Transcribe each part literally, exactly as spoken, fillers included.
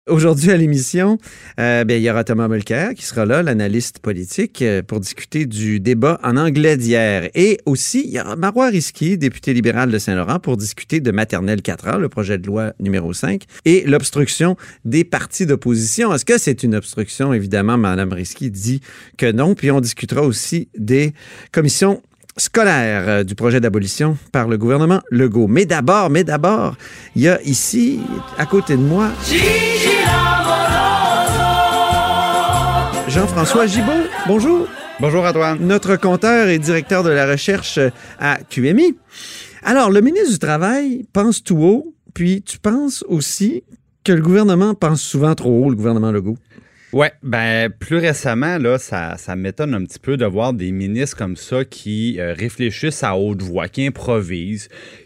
Aujourd'hui à l'émission, euh, bien, il y aura Thomas Mulcair qui sera là, l'analyste politique, euh, pour discuter du débat en anglais d'hier. Et aussi, il y aura Marois Risky, député libéral de Saint-Laurent, pour discuter de maternelle quatre ans, le projet de loi numéro cinq, et l'obstruction des partis d'opposition. Est-ce que c'est une obstruction? Évidemment, Mme Risky dit que non. Puis on discutera aussi des commissions scolaire euh, du projet d'abolition par le gouvernement Legault. Mais d'abord, mais d'abord, il y a ici, à côté de moi, Jean-François Gibault. Bonjour. Bonjour Antoine. Notre compteur et directeur de la recherche à Q M I. Alors, le ministre du Travail pense tout haut, puis tu penses aussi que le gouvernement pense souvent trop haut, le gouvernement Legault. Oui, ben plus récemment, là, ça, ça m'étonne un petit peu de voir des ministres comme ça qui euh, réfléchissent à haute voix, qui improvisent,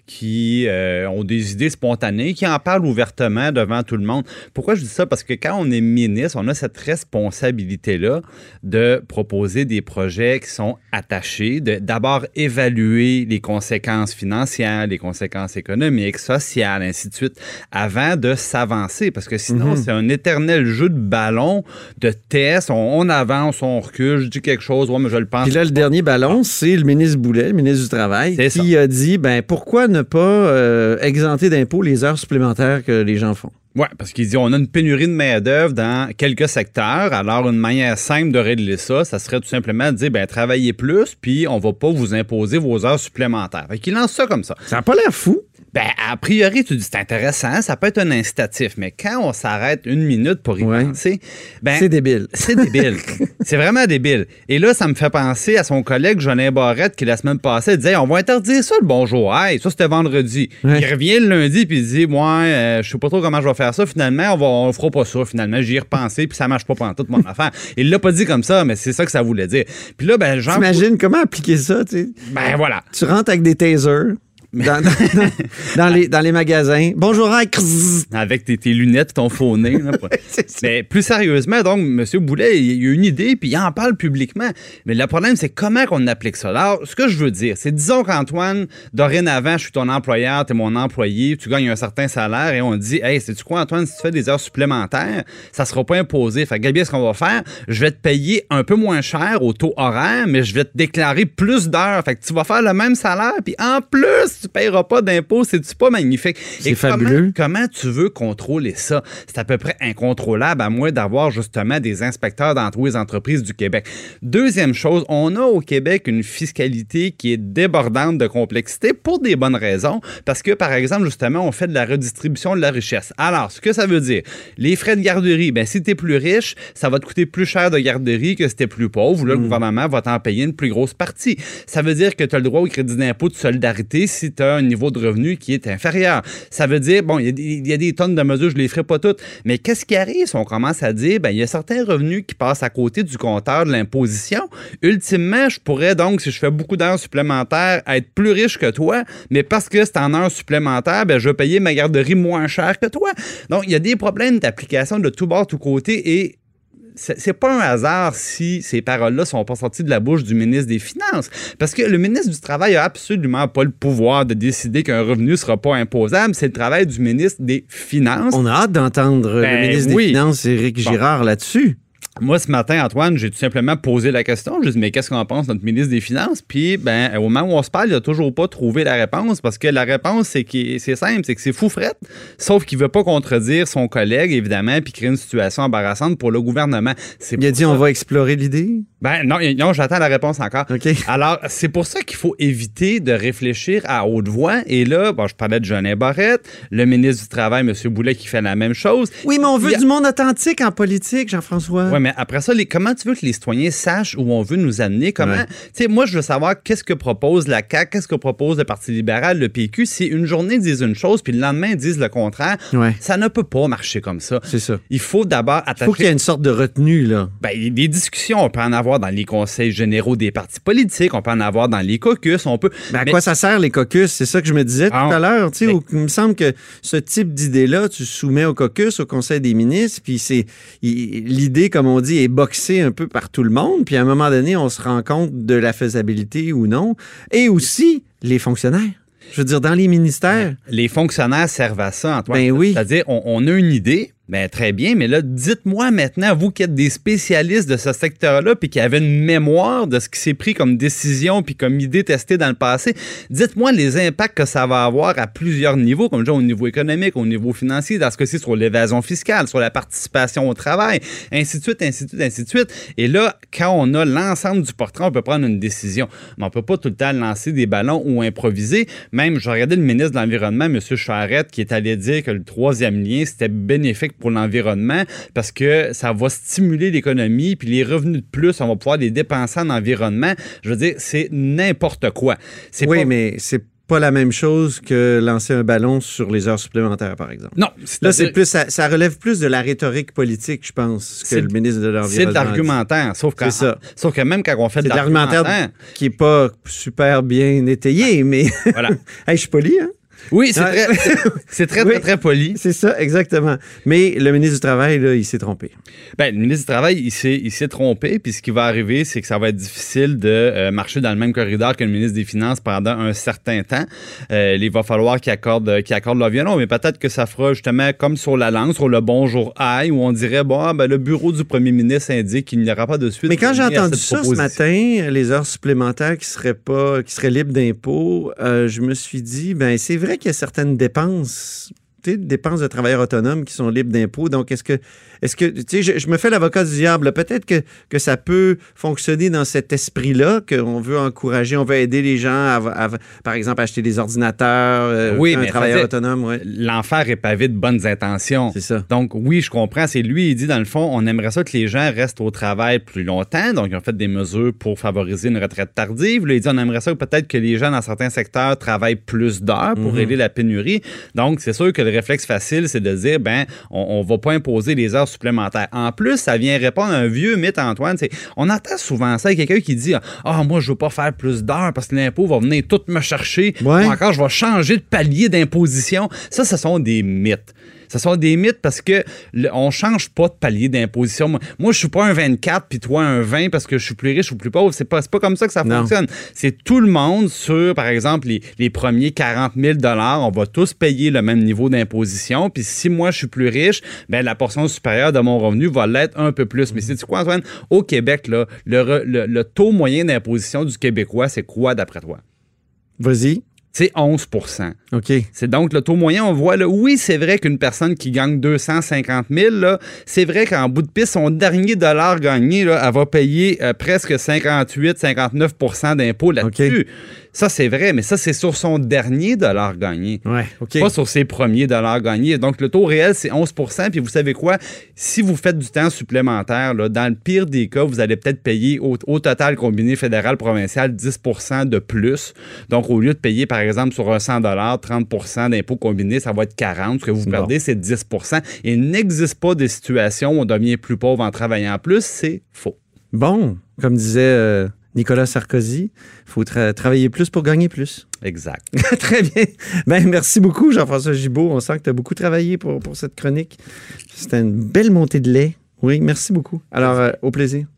qui euh, ont des idées spontanées, qui en parlent ouvertement devant tout le monde. Pourquoi je dis ça? Parce que quand on est ministre, on a cette responsabilité-là de proposer des projets qui sont attachés, de d'abord évaluer les conséquences financières, les conséquences économiques, sociales, ainsi de suite, avant de s'avancer. Parce que sinon, mm-hmm. c'est un éternel jeu de ballon, de tests. On, on avance, on recule, je dis quelque chose, ouais, mais je le pense. Puis là, le dernier ballon, c'est le ministre Boulet, le ministre du Travail, c'est qui ça. a dit, ben pourquoi ne pas euh, exempter d'impôts les heures supplémentaires que les gens font? Oui, parce qu'il dit on a une pénurie de main-d'œuvre dans quelques secteurs. Alors, une manière simple de régler ça, ça serait tout simplement de dire ben travaillez plus, puis on va pas vous imposer vos heures supplémentaires. Fait qu'il lance ça comme ça. Ça n'a pas l'air fou. Ben, a priori, tu dis c'est intéressant, ça peut être un incitatif, mais quand on s'arrête une minute pour y ouais. penser, ben. C'est débile. C'est débile. C'est vraiment débile. Et là, ça me fait penser à son collègue Jolin Barrette qui, la semaine passée, disait on va interdire ça le bonjour. Hey, ça, c'était vendredi. Ouais. Il revient le lundi, puis il dit ouais, euh, je sais pas trop comment je vais faire ça. Finalement, on va, on fera pas ça. Finalement, j'y ai repensé, puis ça marche pas pendant toute mon affaire. Il l'a pas dit comme ça, mais c'est ça que ça voulait dire. Puis là, ben, genre. T'imagines comment appliquer ça, tu sais? Ben, voilà. Tu rentres avec des tasers. Dans, dans, dans, les, dans les magasins. Bonjour, hein, avec tes, tes lunettes, ton faux nez. Là, mais plus sérieusement, donc, M. Boulet, il a une idée, puis il en parle publiquement. Mais le problème, c'est comment qu'on applique ça. Alors, ce que je veux dire, c'est, disons qu'Antoine, dorénavant, je suis ton employeur, t'es mon employé, tu gagnes un certain salaire, et on dit, hey, sais-tu quoi, Antoine, si tu fais des heures supplémentaires, ça sera pas imposé. Fait que, Gabi, ce qu'on va faire, je vais te payer un peu moins cher au taux horaire, mais je vais te déclarer plus d'heures. Fait que tu vas faire le même salaire, puis en plus, tu payeras pas d'impôts, c'est-tu pas magnifique? C'est Et fabuleux. Comment, comment tu veux contrôler ça? C'est à peu près incontrôlable, à moins d'avoir justement des inspecteurs dans toutes les entreprises du Québec. Deuxième chose, on a au Québec une fiscalité qui est débordante de complexité pour des bonnes raisons, parce que, par exemple, justement, on fait de la redistribution de la richesse. Alors, ce que ça veut dire, les frais de garderie, ben si t'es plus riche, ça va te coûter plus cher de garderie que si t'es plus pauvre. Là, mmh. le gouvernement va t'en payer une plus grosse partie. Ça veut dire que tu as le droit au crédit d'impôt de solidarité si tu as un niveau de revenu qui est inférieur. Ça veut dire, bon, il y, y a des tonnes de mesures, je les ferai pas toutes, mais qu'est-ce qui arrive si on commence à dire, ben il y a certains revenus qui passent à côté du compteur de l'imposition. Ultimement, je pourrais donc, si je fais beaucoup d'heures supplémentaires, être plus riche que toi, mais parce que c'est en heures supplémentaires, ben je vais payer ma garderie moins cher que toi. Donc, il y a des problèmes d'application de tout bord, tout côté, et C'est, c'est pas un hasard si ces paroles-là sont pas sorties de la bouche du ministre des Finances. Parce que le ministre du Travail a absolument pas le pouvoir de décider qu'un revenu sera pas imposable. C'est le travail du ministre des Finances. On a hâte d'entendre ben, le ministre oui. des Finances, Éric Girard, bon. là-dessus. Moi, ce matin, Antoine, j'ai tout simplement posé la question. Je dis, mais qu'est-ce qu'on pense, notre ministre des Finances? Puis, ben, au moment où on se parle, il n'a toujours pas trouvé la réponse, parce que la réponse, c'est, qu'il, c'est simple, c'est que c'est fou frette, sauf qu'il ne veut pas contredire son collègue, évidemment, puis créer une situation embarrassante pour le gouvernement. C'est il a dit, ça. On va explorer l'idée? Ben non, non, j'attends la réponse encore. Okay. Alors, c'est pour ça qu'il faut éviter de réfléchir à haute voix. Et là, bon, je parlais de Jolin Barrette, le ministre du Travail, M. Boulet, qui fait la même chose. Oui, mais on veut a... du monde authentique en politique, Jean-François. Oui, mais après ça, les, comment tu veux que les citoyens sachent où on veut nous amener? Comment? Ouais. Tu sais, moi, je veux savoir qu'est-ce que propose la C A Q, qu'est-ce que propose le Parti libéral, le P Q. Si une journée, ils disent une chose, puis le lendemain, ils disent le contraire, ouais. ça ne peut pas marcher comme ça. C'est ça. Il faut d'abord attacher... Il faut qu'il y ait une sorte de retenue, là. Ben, des discussions, on peut en avoir dans les conseils généraux des partis politiques, on peut en avoir dans les caucus, on peut... Ben, à mais... quoi ça sert, les caucus? C'est ça que je me disais tout ah, à l'heure. Tu sais, mais... il me semble que ce type d'idée-là, tu soumets au caucus, au Conseil des ministres, puis c'est il, l'idée, comme on dit, est boxée un peu par tout le monde, puis à un moment donné, on se rend compte de la faisabilité ou non. Et aussi, les fonctionnaires. Je veux dire, dans les ministères... Les fonctionnaires servent à ça, Antoine. Ben oui. C'est-à-dire, on, on a une idée, Ben, très bien, mais là, dites-moi maintenant, vous qui êtes des spécialistes de ce secteur-là, puis qui avez une mémoire de ce qui s'est pris comme décision, puis comme idée testée dans le passé, dites-moi les impacts que ça va avoir à plusieurs niveaux, comme je dis, au niveau économique, au niveau financier, dans ce cas-ci, sur l'évasion fiscale, sur la participation au travail, ainsi de suite, ainsi de suite, ainsi de suite. Et là, quand on a l'ensemble du portrait, on peut prendre une décision. Mais on peut pas tout le temps lancer des ballons ou improviser. Même, j'ai regardé le ministre de l'Environnement, M. Charette, qui est allé dire que le troisième lien, c'était bénéfique pour l'environnement parce que ça va stimuler l'économie, puis les revenus de plus, on va pouvoir les dépenser en environnement. Je veux dire, c'est n'importe quoi. C'est oui, pas... mais c'est pas la même chose que lancer un ballon sur les heures supplémentaires, par exemple. Non. Là, c'est plus, ça, ça relève plus de la rhétorique politique, je pense, que le ministre de l'Environnement. C'est de l'argumentaire. Sauf, quand, ça. sauf que même quand on fait c'est de l'argumentaire... l'argumentaire qui est pas super bien étayé, mais... Voilà. Hey, je suis poli, hein? Oui, c'est très, c'est très, oui, très, très poli. C'est ça, exactement. Mais le ministre du Travail, là, il s'est trompé. Bien, le ministre du Travail, il s'est, il s'est trompé. Puis ce qui va arriver, c'est que ça va être difficile de euh, marcher dans le même corridor que le ministre des Finances pendant un certain temps. Euh, il va falloir qu'il accorde, qu'il accorde leur violon. Mais peut-être que ça fera justement comme sur la langue, sur le bonjour aïe, où on dirait, bon, ben, le bureau du premier ministre indique qu'il n'y aura pas de suite. Mais quand j'ai entendu ça ce matin, les heures supplémentaires qui seraient pas, qui seraient libres d'impôts, euh, je me suis dit, ben c'est vrai qu'il y a certaines dépenses, tu sais, dépenses de travailleurs autonomes qui sont libres d'impôts. Donc, est-ce que, est-ce que, tu sais, je, je me fais l'avocat du diable. Peut-être que, que ça peut fonctionner dans cet esprit-là, qu'on veut encourager, on veut aider les gens à, à par exemple, acheter des ordinateurs, euh, oui, un mais travailleur autonome. Ouais. L'enfer est pavé de bonnes intentions. C'est ça. Donc, oui, je comprends. C'est lui, il dit, dans le fond, on aimerait ça que les gens restent au travail plus longtemps. Donc, ils ont fait des mesures pour favoriser une retraite tardive. Là, il dit, on aimerait ça peut-être que les gens dans certains secteurs travaillent plus d'heures pour mm-hmm. régler la pénurie. Donc, c'est sûr que le réflexe facile, c'est de dire, ben, on ne va pas imposer les heures supplémentaires. En plus, ça vient répondre à un vieux mythe, Antoine. C'est, on entend souvent ça, il y a quelqu'un qui dit, ah, moi, je veux pas faire plus d'heures parce que l'impôt va venir tout me chercher. Ouais. Ou encore, je vais changer de palier d'imposition. Ça, ce sont des mythes. Ce sont des mythes parce que le, on change pas de palier d'imposition. Moi, moi je suis pas un vingt-quatre puis toi un vingt parce que je suis plus riche ou plus pauvre. C'est pas, c'est pas comme ça que ça non. fonctionne. C'est tout le monde sur, par exemple, les, les premiers quarante mille dollars. On va tous payer le même niveau d'imposition. Puis si moi, je suis plus riche, ben la portion supérieure de mon revenu va l'être un peu plus. Mais sais-tu quoi, Antoine? Au Québec, là, le, le, le taux moyen d'imposition du Québécois, c'est quoi d'après toi? Vas-y. C'est onze pour cent. OK. C'est donc le taux moyen. On voit, là, oui, c'est vrai qu'une personne qui gagne deux cent cinquante mille, là, c'est vrai qu'en bout de piste, son dernier dollar gagné, là, elle va payer euh, presque cinquante-huit à cinquante-neuf pour cent d'impôts là-dessus. Okay. Ça, c'est vrai, mais ça, c'est sur son dernier dollar gagné. Ouais, OK. Pas sur ses premiers dollars gagnés. Donc, le taux réel, c'est onze pour cent. Puis, vous savez quoi? Si vous faites du temps supplémentaire, là, dans le pire des cas, vous allez peut-être payer au, au total combiné fédéral-provincial dix pour cent de plus. Donc, au lieu de payer, par exemple, sur un cent dollars, trente pour cent d'impôts combinés, ça va être quarante. Ce que vous perdez, bon. C'est dix pour cent. Et il n'existe pas de situation où on devient plus pauvre en travaillant plus. C'est faux. Bon, comme disait... Euh... Nicolas Sarkozy, il faut tra- travailler plus pour gagner plus. Exact. Très bien. Ben, merci beaucoup, Jean-François Gibault. On sent que tu as beaucoup travaillé pour, pour cette chronique. C'était une belle montée de lait. Oui, merci beaucoup. Alors, euh, au plaisir.